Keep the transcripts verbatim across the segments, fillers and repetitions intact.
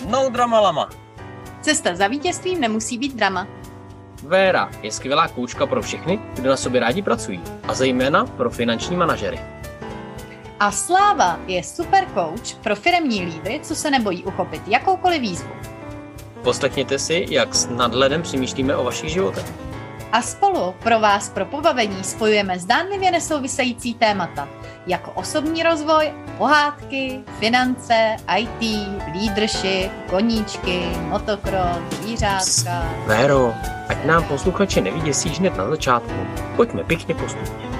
No drama lama. Cesta za vítězstvím nemusí být drama. Véra je skvělá koučka pro všechny, kdo na sobě rádi pracují, a zejména pro finanční manažery. A Sláva je super coach pro firemní lídry, co se nebojí uchopit jakoukoliv výzvu. Poslechněte si, jak s nadhledem přemýšlíme o vašich životech. A spolu pro vás pro pobavení spojujeme zdánlivě nesouvisející témata, jako osobní rozvoj, pohádky, finance, í té, leadership, koníčky, motocross, zvířátka. Véro, ať nám posluchači nevyděsí hned na začátku. Pojďme pěkně postupně.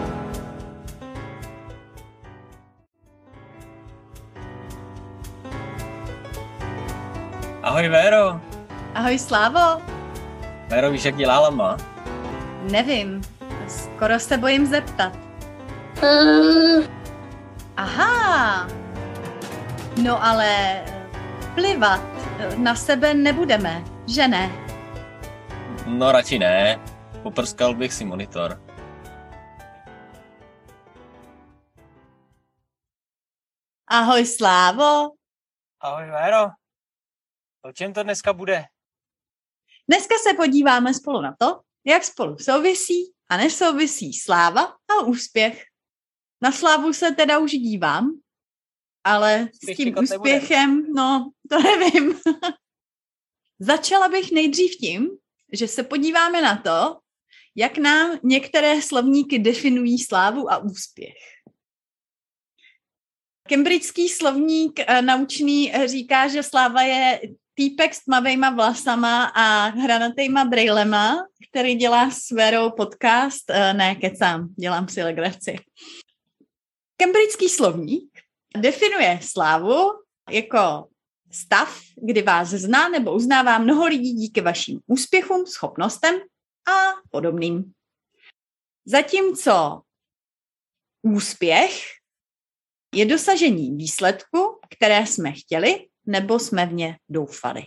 Ahoj Véro. Ahoj Slávo. Véro, víš, jak dělá lama? Nevím, skoro se bojím zeptat. Aha, no ale plivat na sebe nebudeme, že ne? No radši ne, poprskal bych si monitor. Ahoj Slávo. Ahoj Véro, o čem to dneska bude? Dneska se podíváme spolu na to, jak spolu souvisí a nesouvisí sláva a úspěch. Na slávu se teda už dívám, ale s tím úspěchem, no, to nevím. Začala bych nejdřív tím, že se podíváme na to, jak nám některé slovníky definují slávu a úspěch. Cambridgeský slovník naučný říká, že sláva je týpek s tmavejma vlasama a hranatejma brejlema, který dělá s Vérou podcast. Ne, kecám, dělám si legraci. Cambridgeský slovník definuje slávu jako stav, kdy vás zná nebo uznává mnoho lidí díky vašim úspěchům, schopnostem a podobným. Zatímco úspěch je dosažení výsledku, které jsme chtěli nebo jsme v ně doufali.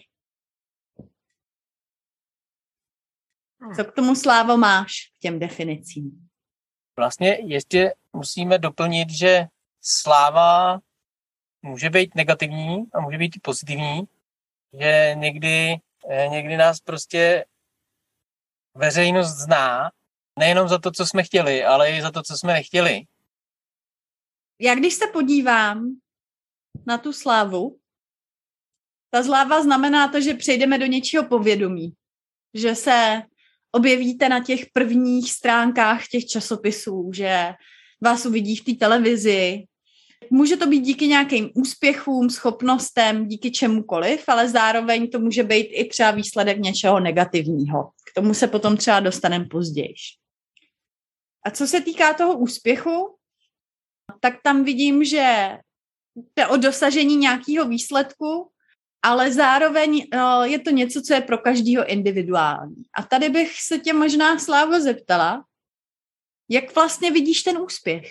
Co k tomu, Slávo, máš k těm definicím? Vlastně ještě musíme doplnit, že sláva může být negativní a může být i pozitivní, že někdy, někdy nás prostě veřejnost zná, nejenom za to, co jsme chtěli, ale i za to, co jsme nechtěli. Já když se podívám na tu slávu, ta sláva znamená to, že přejdeme do něčího povědomí, že se objevíte na těch prvních stránkách těch časopisů, že vás uvidí v té televizi. Může to být díky nějakým úspěchům, schopnostem, díky čemukoliv, ale zároveň to může být i třeba výsledek něčeho negativního. K tomu se potom třeba dostaneme později. A co se týká toho úspěchu, tak tam vidím, že jde o dosažení nějakého výsledku, ale zároveň no, je to něco, co je pro každého individuální. A tady bych se tě možná, Slávo, zeptala, jak vlastně vidíš ten úspěch?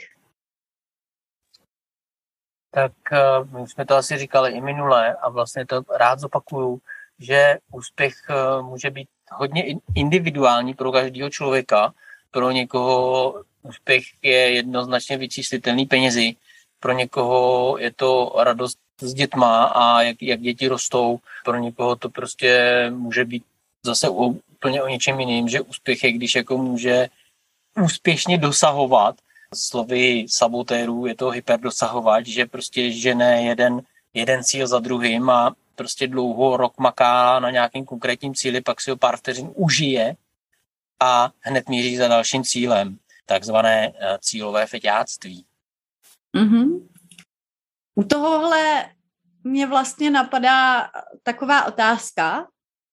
Tak my už jsme to asi říkali i minule a vlastně to rád zopakuju, že úspěch může být hodně individuální pro každého člověka. Pro někoho úspěch je jednoznačně vyčíslitelný penězi, pro někoho je to radost s dětma a jak, jak děti rostou, pro někoho to prostě může být zase úplně o něčem jiným, že úspěch je, když jako může úspěšně dosahovat. Slovy sabotérů je to hyperdosahovač, že prostě žene jeden, jeden cíl za druhým a prostě dlouho rok maká na nějakým konkrétním cíli, pak si ho pár vteřin užije a hned míří za dalším cílem, takzvané cílové feťáctví. Mm-hmm. U tohohle mě vlastně napadá taková otázka.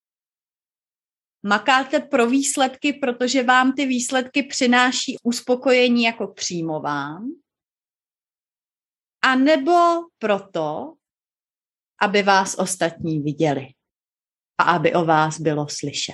Makáte pro výsledky, protože vám ty výsledky přináší uspokojení jako přímo vám? A nebo proto, aby vás ostatní viděli a aby o vás bylo slyšet?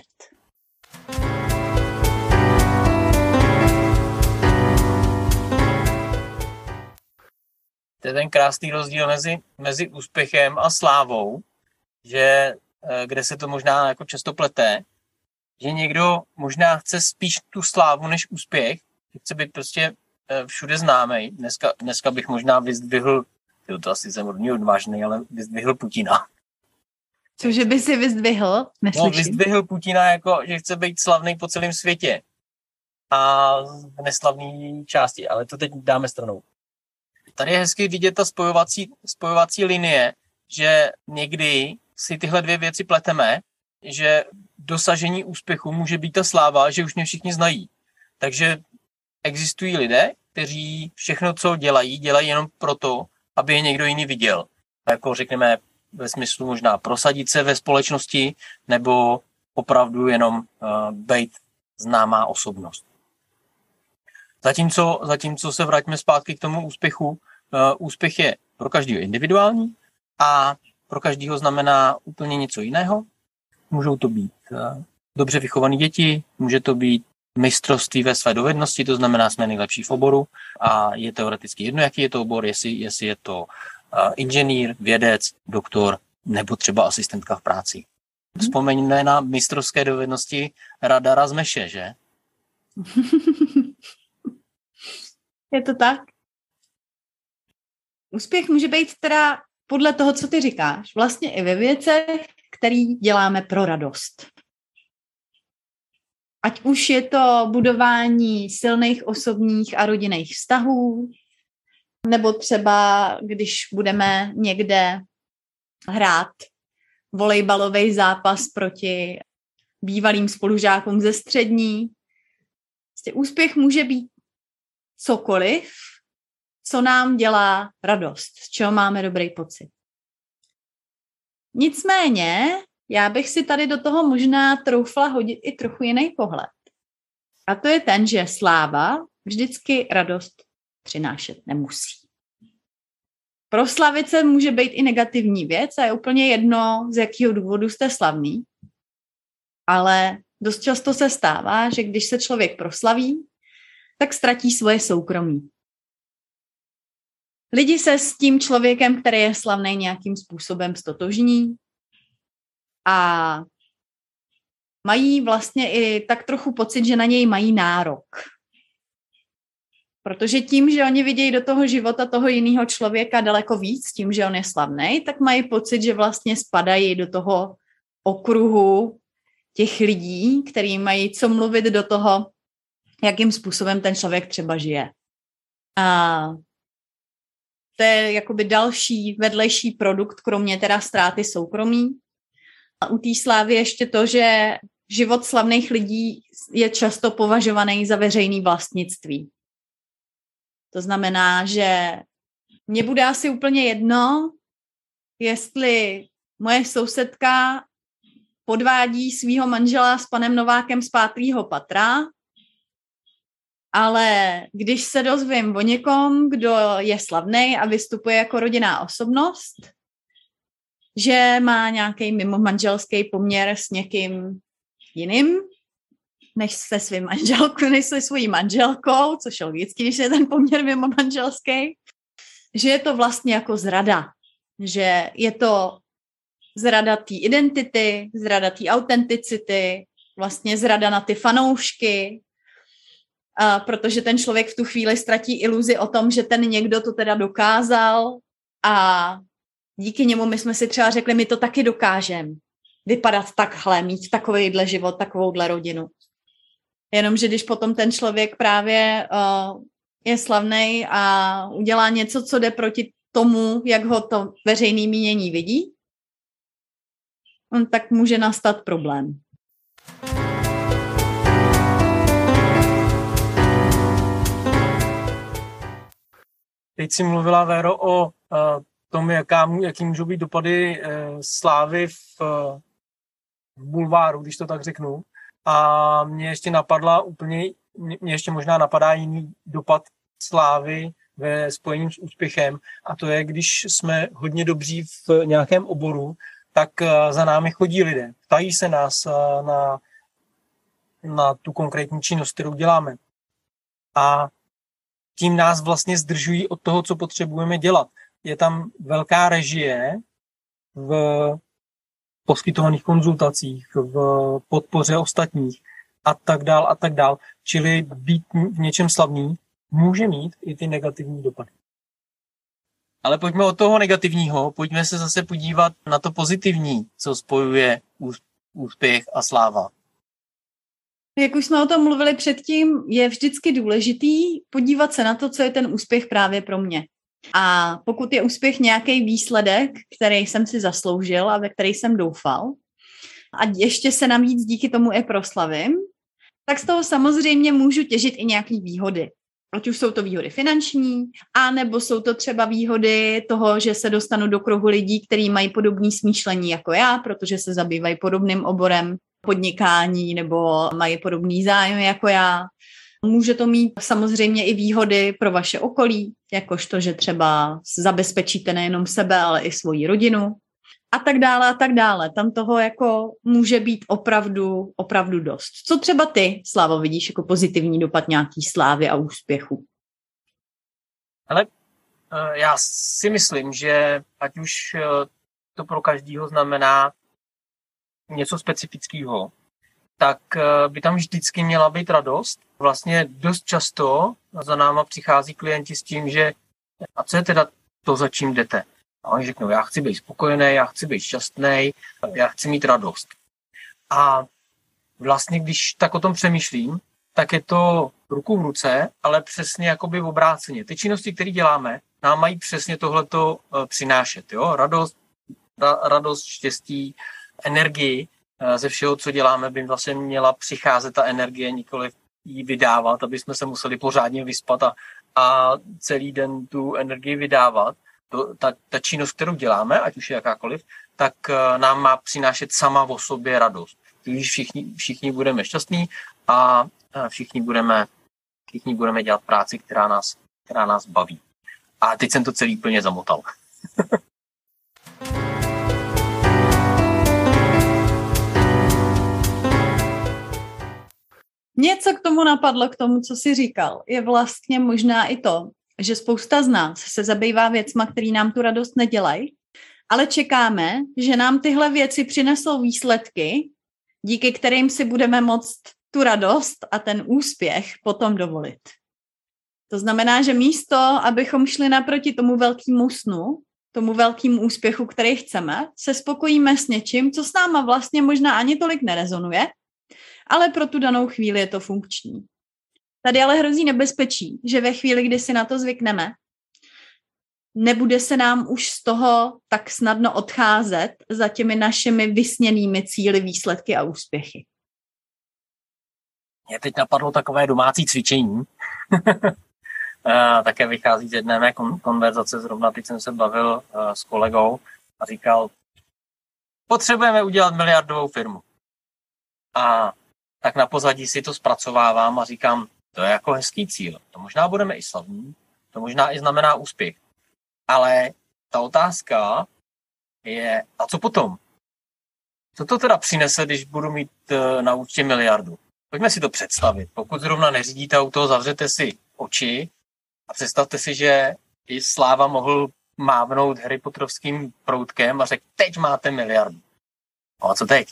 To je ten krásný rozdíl mezi, mezi úspěchem a slávou, že kde se to možná jako často plete, že někdo možná chce spíš tu slávu než úspěch, chce být prostě všude známej. Dneska, dneska bych možná vyzdvihl, jo, to asi jsem hodně odvážný, ale vyzdvihl Putina. Cože by si vyzdvihl? Neslyším. No, vyzdvihl Putina jako, že chce být slavný po celém světě. A v neslavné části, ale to teď dáme stranou. Tady je hezky vidět ta spojovací, spojovací linie, že někdy si tyhle dvě věci pleteme, že dosažení úspěchu může být ta sláva, že už mě všichni znají. Takže existují lidé, kteří všechno, co dělají, dělají jenom proto, aby je někdo jiný viděl. Jako řekněme ve smyslu možná prosadit se ve společnosti, nebo opravdu jenom uh, být známá osobnost. Zatímco, zatímco se vraťme zpátky k tomu úspěchu, uh, úspěch je pro každého individuální a pro každého znamená úplně něco jiného. Můžou to být uh, dobře vychované děti, může to být mistrovství ve své dovednosti, to znamená, jsme nejlepší v oboru a je teoreticky jedno, jaký je to obor, jestli, jestli je to uh, inženýr, vědec, doktor nebo třeba asistentka v práci. Vzpomeňme na mistrovské dovednosti Radara z Meše, že? Je to tak? Úspěch může být teda podle toho, co ty říkáš, vlastně i ve věcech, který děláme pro radost. Ať už je to budování silných osobních a rodinných vztahů, nebo třeba, když budeme někde hrát volejbalový zápas proti bývalým spolužákům ze střední. Vlastně úspěch může být cokoliv, co nám dělá radost, z čeho máme dobrý pocit. Nicméně, já bych si tady do toho možná troufla hodit i trochu jiný pohled. A to je ten, že sláva vždycky radost přinášet nemusí. Proslavit se může být i negativní věc a je úplně jedno, z jakého důvodu jste slavný. Ale dost často se stává, že když se člověk proslaví, tak ztratí svoje soukromí. Lidi se s tím člověkem, který je slavný, nějakým způsobem stotožní a mají vlastně i tak trochu pocit, že na něj mají nárok. Protože tím, že oni vidějí do toho života toho jiného člověka daleko víc, tím, že on je slavný, tak mají pocit, že vlastně spadají do toho okruhu těch lidí, kteří mají co mluvit do toho, jakým způsobem ten člověk třeba žije. A to je jakoby další vedlejší produkt, kromě teda ztráty soukromí. A u té slávy ještě to, že život slavných lidí je často považovaný za veřejný vlastnictví. To znamená, že mně bude asi úplně jedno, jestli moje sousedka podvádí svého manžela s panem Novákem z pátého patra, ale když se dozvím o někom, kdo je slavný a vystupuje jako rodinná osobnost, že má nějaký mimomanželský poměr s někým jiným, než se svým manželkou, než se svojí manželkou, což je logicky, když je ten poměr mimomanželský, že je to vlastně jako zrada. Že je to zrada té identity, zrada té autenticity, vlastně zrada na ty fanoušky, a protože ten člověk v tu chvíli ztratí iluzi o tom, že ten někdo to teda dokázal a díky němu my jsme si třeba řekli, my to taky dokážeme. Vypadat takhle, mít takovýhle život, takovouhle rodinu. Jenomže když potom ten člověk právě uh, je slavnej a udělá něco, co jde proti tomu, jak ho to veřejný mínění vidí, tak může nastat problém. Teď jsi mluvila, Véro, o uh, tom, jaká, jaký můžou být dopady uh, slávy v, uh, v bulváru, když to tak řeknu. A mě ještě napadla úplně, mě ještě možná napadá jiný dopad slávy ve spojení s úspěchem. A to je, když jsme hodně dobří v nějakém oboru, tak uh, za námi chodí lidé. Ptají se nás uh, na, na tu konkrétní činnost, kterou děláme. A tím nás vlastně zdržují od toho, co potřebujeme dělat. Je tam velká režie v poskytovaných konzultacích, v podpoře ostatních a tak dál a tak dál. Čili být v něčem slavný může mít i ty negativní dopady. Ale pojďme od toho negativního, pojďme se zase podívat na to pozitivní, co spojuje úspěch a sláva. Jak už jsme o tom mluvili předtím, je vždycky důležitý podívat se na to, co je ten úspěch právě pro mě. A pokud je úspěch nějaký výsledek, který jsem si zasloužil a ve který jsem doufal, a ještě se navíc díky tomu i proslavím, tak z toho samozřejmě můžu těžit i nějaký výhody. Ať už jsou to výhody finanční, anebo jsou to třeba výhody toho, že se dostanu do kruhu lidí, kteří mají podobné smýšlení jako já, protože se zabývají podobným oborem podnikání nebo mají podobný zájem jako já. Může to mít samozřejmě i výhody pro vaše okolí, jakožto, že třeba zabezpečíte nejenom sebe, ale i svoji rodinu a tak dále a tak dále. Tam toho jako může být opravdu, opravdu dost. Co třeba ty, Slávo, vidíš jako pozitivní dopad nějaký slávy a úspěchu? Ale já si myslím, že ať už to pro každého znamená něco specifického, tak by tam vždycky měla být radost. Vlastně dost často za náma přichází klienti s tím, že a co je teda to, za čím jdete? A oni řeknou, já chci být spokojený, já chci být šťastný, já chci mít radost. A vlastně, když tak o tom přemýšlím, tak je to ruku v ruce, ale přesně jakoby v obráceně. Ty činnosti, které děláme, nám mají přesně tohleto přinášet. Jo? Radost, ra, radost, štěstí, energii ze všeho, co děláme, by vlastně měla přicházet ta energie, nikoliv ji vydávat, aby jsme se museli pořádně vyspat a, a celý den tu energii vydávat. To, ta, ta činnost, kterou děláme, ať už je jakákoliv, tak nám má přinášet sama o sobě radost. Když všichni, všichni budeme šťastní a všichni budeme, všichni budeme dělat práci, která nás, která nás baví. A teď jsem to celý plně zamotal. Něco k tomu napadlo, k tomu, co jsi říkal, je vlastně možná i to, že spousta z nás se zabývá věcma, které nám tu radost nedělají, ale čekáme, že nám tyhle věci přinesou výsledky, díky kterým si budeme moct tu radost a ten úspěch potom dovolit. To znamená, že místo, abychom šli naproti tomu velkému snu, tomu velkému úspěchu, který chceme, se spokojíme s něčím, co s náma vlastně možná ani tolik nerezonuje, ale pro tu danou chvíli je to funkční. Tady ale hrozí nebezpečí, že ve chvíli, kdy si na to zvykneme, nebude se nám už z toho tak snadno odcházet za těmi našimi vysněnými cíli, výsledky a úspěchy. Mě teď napadlo takové domácí cvičení. Také vychází z jedné mé konverzace. Zrovna teď jsem se bavil s kolegou a říkal, potřebujeme udělat miliardovou firmu. A tak na pozadí si to zpracovávám a říkám, to je jako hezký cíl. To možná budeme i slavní, to možná i znamená úspěch. Ale ta otázka je, a co potom? Co to teda přinese, když budu mít na účtě miliardu? Pojďme si to představit. Pokud zrovna neřídíte auto, zavřete si oči a představte si, že i Sláva mohl mávnout Harry Potterovským proutkem a řekl, teď máte miliardu. No a co teď?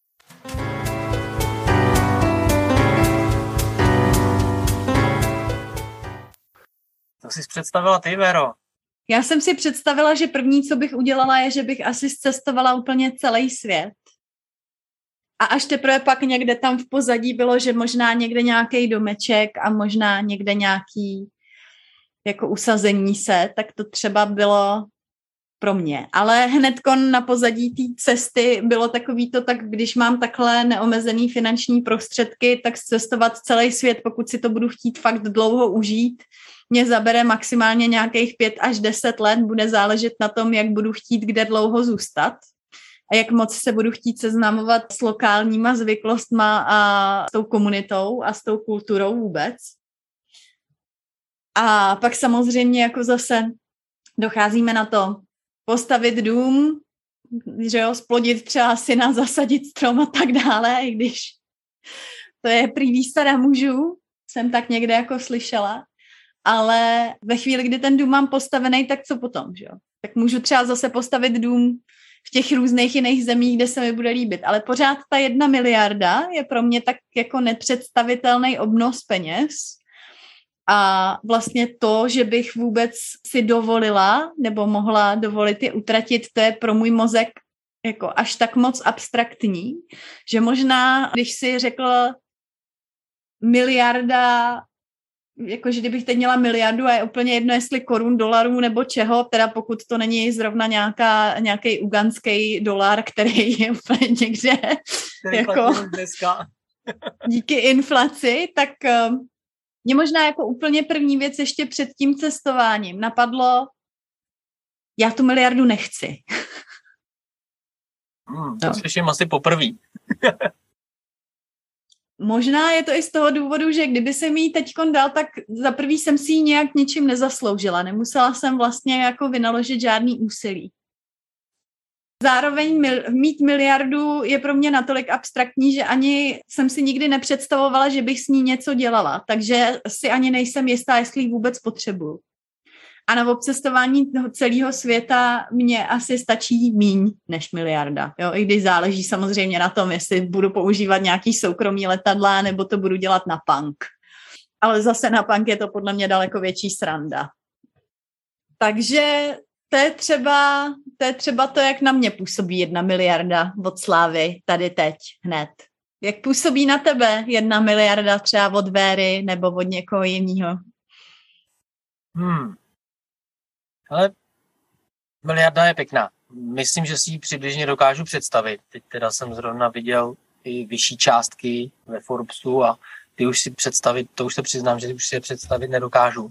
Co jsi představila ty, Vero? Já jsem si představila, že první, co bych udělala, je, že bych asi zcestovala úplně celý svět. A až teprve pak někde tam v pozadí bylo, že možná někde nějaký domeček a možná někde nějaký jako usazení se, tak to třeba bylo pro mě. Ale hnedkon na pozadí té cesty bylo takový to, tak když mám takhle neomezený finanční prostředky, tak cestovat celý svět, pokud si to budu chtít fakt dlouho užít, mě zabere maximálně nějakých pět až deset let, bude záležet na tom, jak budu chtít kde dlouho zůstat a jak moc se budu chtít seznamovat s lokálníma zvyklostma a s tou komunitou a s tou kulturou vůbec. A pak samozřejmě jako zase docházíme na to postavit dům, že jo, splodit třeba syna, zasadit strom a tak dále, i když to je prý výsada mužů, jsem tak někde jako slyšela. Ale ve chvíli, kdy ten dům mám postavený, tak co potom, že jo? Tak můžu třeba zase postavit dům v těch různých jiných zemích, kde se mi bude líbit. Ale pořád ta jedna miliarda je pro mě tak jako nepředstavitelný obnos peněz, A vlastně to, že bych vůbec si dovolila nebo mohla dovolit je utratit, to je pro můj mozek jako až tak moc abstraktní, že možná, když si řekl miliarda, jakože kdybych teď měla miliardu a je úplně jedno, jestli korun, dolarů nebo čeho, teda pokud to není zrovna nějaká, nějaký uganský dolar, který je úplně někde jako díky inflaci, tak mě možná jako úplně první věc ještě před tím cestováním napadlo, já tu miliardu nechci. Hmm, to no. Slyším asi poprvý. Možná je to i z toho důvodu, že kdyby se mi ji teďkon dal, tak za prvý jsem si ji nějak ničím nezasloužila. Nemusela jsem vlastně jako vynaložit žádný úsilí. Zároveň mil, mít miliardu je pro mě natolik abstraktní, že ani jsem si nikdy nepředstavovala, že bych s ní něco dělala. Takže si ani nejsem jistá, jestli ji vůbec potřebuju. A na obcestování toho celého světa mě asi stačí míň než miliarda. Jo? I když záleží samozřejmě na tom, jestli budu používat nějaký soukromý letadla, nebo to budu dělat na punk. Ale zase na punk je to podle mě daleko větší sranda. Takže to je třeba to, je třeba to jak na mě působí jedna miliarda od slávy tady teď hned. Jak působí na tebe jedna miliarda třeba od Véry nebo od někoho jiného? Hmm. Ale miliarda je pěkná. Myslím, že si ji přibližně dokážu představit. Teď teda jsem zrovna viděl i vyšší částky ve Forbesu a ty už si představit, to už se přiznám, že už si je představit nedokážu.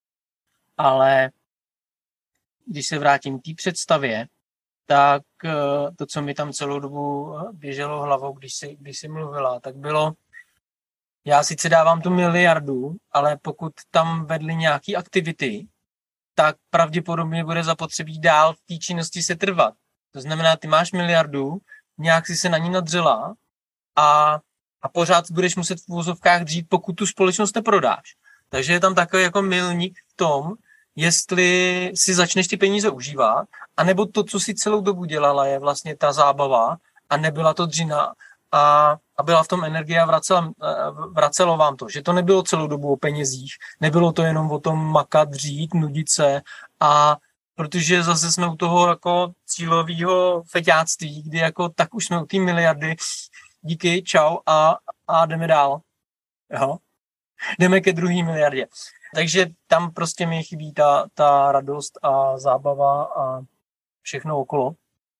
Ale když se vrátím k té představě, tak to, co mi tam celou dobu běželo hlavou, když si, když si mluvila, tak bylo, já sice dávám tu miliardu, ale pokud tam vedly nějaké aktivity, tak pravděpodobně bude zapotřebí dál v té činnosti se trvat. To znamená, ty máš miliardu, nějak si se na ní nadřela a, a pořád budeš muset v uvozovkách dřít, pokud tu společnost neprodáš. Takže je tam takový jako milník v tom, jestli si začneš ty peníze užívat, anebo to, co si celou dobu dělala, je vlastně ta zábava a nebyla to dřina a, a byla v tom energie a vracela, vracelo vám to. Že to nebylo celou dobu o penězích, nebylo to jenom o tom makat, dřít, nudit se a protože zase jsme u toho jako cílového feťáctví, kdy jako tak už jsme u té miliardy, díky, čau a, a jdeme dál. Jo? Jdeme ke druhé miliardě. Takže tam prostě mi chybí ta, ta radost a zábava a všechno okolo.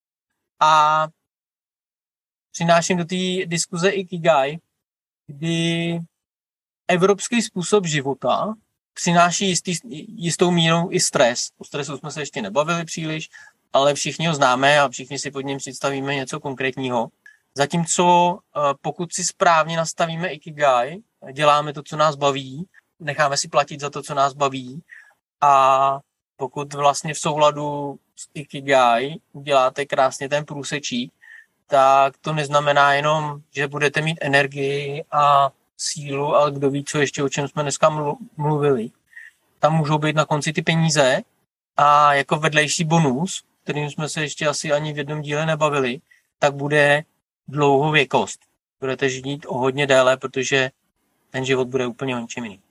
A přináším do té diskuze Ikigai, kdy evropský způsob života přináší jistý, jistou mírou i stres. O stresu jsme se ještě nebavili příliš, ale všichni ho známe a všichni si pod ním představíme něco konkrétního. Zatímco pokud si správně nastavíme Ikigai, děláme to, co nás baví, necháme si platit za to, co nás baví a pokud vlastně v souladu s Ikigai uděláte krásně ten průsečík, tak to neznamená jenom, že budete mít energii a sílu, ale kdo ví, co ještě, o čem jsme dneska mluvili. Tam můžou být na konci ty peníze a jako vedlejší bonus, kterým jsme se ještě asi ani v jednom díle nebavili, tak bude dlouhověkost. Budete žít o hodně déle, protože ten život bude úplně o něčem jiným.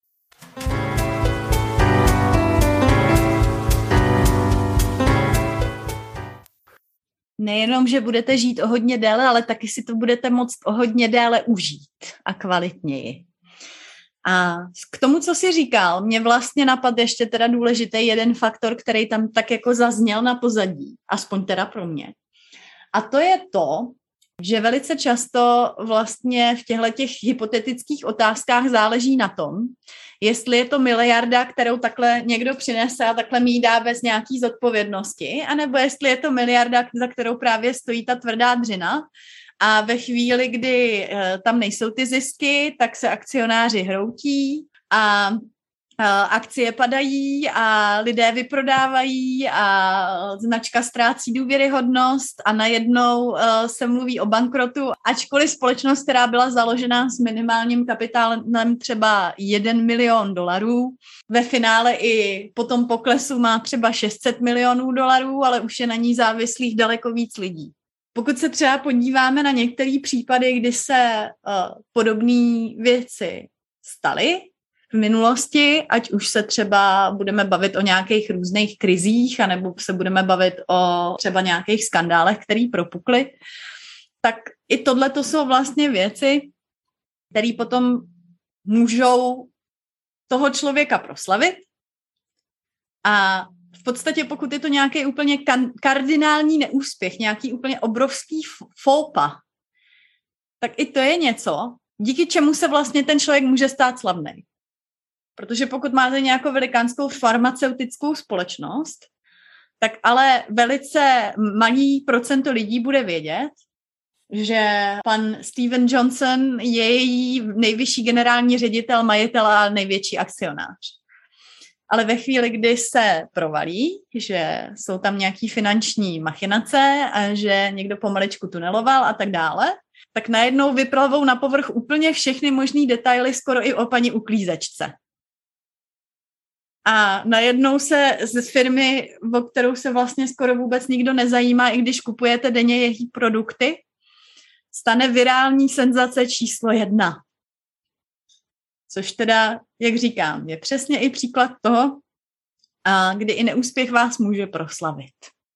Nejenom, že budete žít o hodně déle, ale taky si to budete moct o hodně déle užít a kvalitněji. A k tomu, co jsi říkal, mě vlastně napadl ještě teda důležitý jeden faktor, který tam tak jako zazněl na pozadí, aspoň teda pro mě. A to je to, že velice často vlastně v těchto těch hypotetických otázkách záleží na tom, jestli je to miliarda, kterou takhle někdo přinese a takhle mi ji dá bez nějaký zodpovědnosti, anebo jestli je to miliarda, za kterou právě stojí ta tvrdá dřina a ve chvíli, kdy tam nejsou ty zisky, tak se akcionáři hroutí a akcie padají a lidé vyprodávají a značka ztrácí důvěryhodnost a najednou se mluví o bankrotu, ačkoliv společnost, která byla založena s minimálním kapitálem třeba jeden milion dolarů, ve finále i po tom poklesu má třeba šest set milionů dolarů, ale už je na ní závislých daleko víc lidí. Pokud se třeba podíváme na některé případy, kdy se uh, podobné věci staly, v minulosti, ať už se třeba budeme bavit o nějakých různých krizích, anebo se budeme bavit o třeba nějakých skandálech, které propukly, tak i tohle to jsou vlastně věci, které potom můžou toho člověka proslavit. A v podstatě pokud je to nějaký úplně kardinální neúspěch, nějaký úplně obrovský fópa, tak i to je něco, díky čemu se vlastně ten člověk může stát slavný. Protože pokud máte nějakou velikánskou farmaceutickou společnost, tak ale velice malý procento lidí bude vědět, že pan Steven Johnson je její nejvyšší generální ředitel, majitel a největší akcionář. Ale ve chvíli, kdy se provalí, že jsou tam nějaký finanční machinace a že někdo pomaličku tuneloval a tak dále, tak najednou vyplavou na povrch úplně všechny možný detaily, skoro i o paní uklízečce. A najednou se z firmy, o kterou se vlastně skoro vůbec nikdo nezajímá, i když kupujete denně její produkty, stane virální senzace číslo jedna. Což teda, jak říkám, je přesně i příklad toho, kdy i neúspěch vás může proslavit.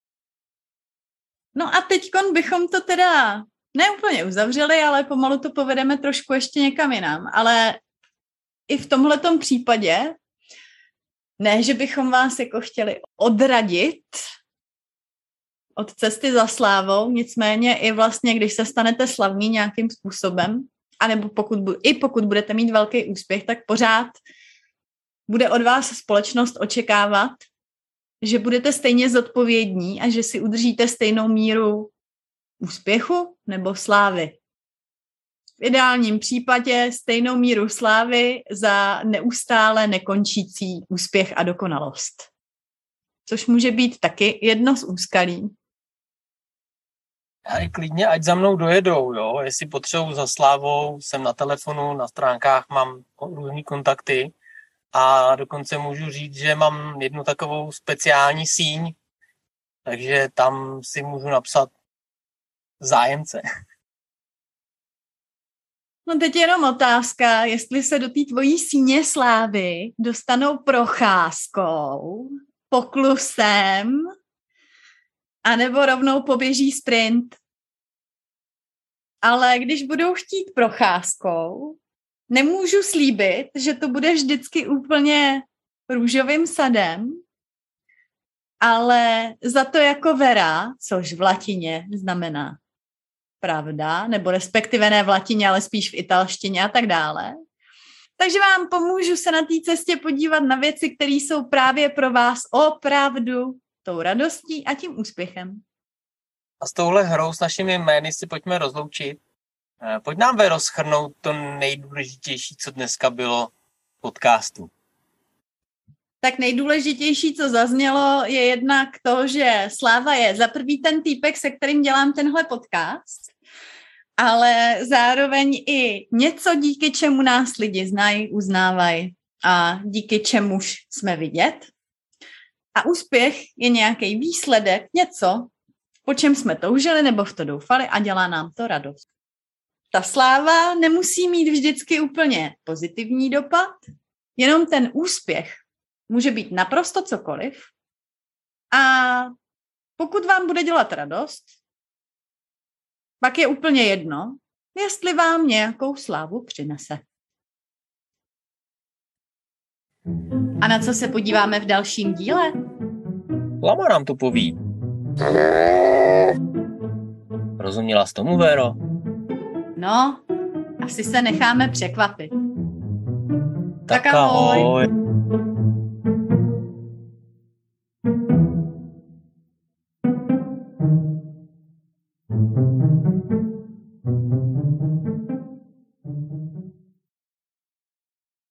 No a teďkon bychom to teda neúplně uzavřeli, ale pomalu to povedeme trošku ještě někam jinam. Ale i v tomhletom případě, ne, že bychom vás jako chtěli odradit od cesty za slávou, nicméně i vlastně, když se stanete slavní nějakým způsobem, anebo pokud, i pokud budete mít velký úspěch, tak pořád bude od vás společnost očekávat, že budete stejně zodpovědní a že si udržíte stejnou míru úspěchu nebo slávy. V ideálním případě stejnou míru slávy za neustále nekončící úspěch a dokonalost. Což může být taky jedno z úskalí. Já i klidně, ať za mnou dojedou, jo. Jestli potřebuji za slávou, jsem na telefonu, na stránkách mám různý kontakty a dokonce můžu říct, že mám jednu takovou speciální síň, takže tam si můžu napsat zájemce. No teď je jenom otázka, jestli se do té tvojí síně slávy dostanou procházkou, poklusem, anebo rovnou poběží sprint. Ale když budou chtít procházkou, nemůžu slíbit, že to bude vždycky úplně růžovým sadem, ale za to jako vera, což v latině znamená pravda, nebo respektive ne v latině, ale spíš v italštině a tak dále. Takže vám pomůžu se na té cestě podívat na věci, které jsou právě pro vás opravdu tou radostí a tím úspěchem. A s touhle hrou s našimi jmény si pojďme rozloučit. Pojď nám Vero shrnout to nejdůležitější, co dneska bylo v podcastu. Tak nejdůležitější, co zaznělo, je jednak to, že Sláva je za prvý ten týpek, se kterým dělám tenhle podcast, ale zároveň i něco, díky čemu nás lidi znají, uznávají a díky čemuž jsme vidět. A úspěch je nějaký výsledek, něco, po čem jsme toužili nebo v to doufali a dělá nám to radost. Ta sláva nemusí mít vždycky úplně pozitivní dopad, jenom ten úspěch může být naprosto cokoliv a pokud vám bude dělat radost, pak je úplně jedno, jestli vám nějakou slávu přinese. A na co se podíváme v dalším díle? Lama nám to poví. Rozuměla jsi tomu, Vero? No, asi se necháme překvapit. Tak, tak ahoj. ahoj.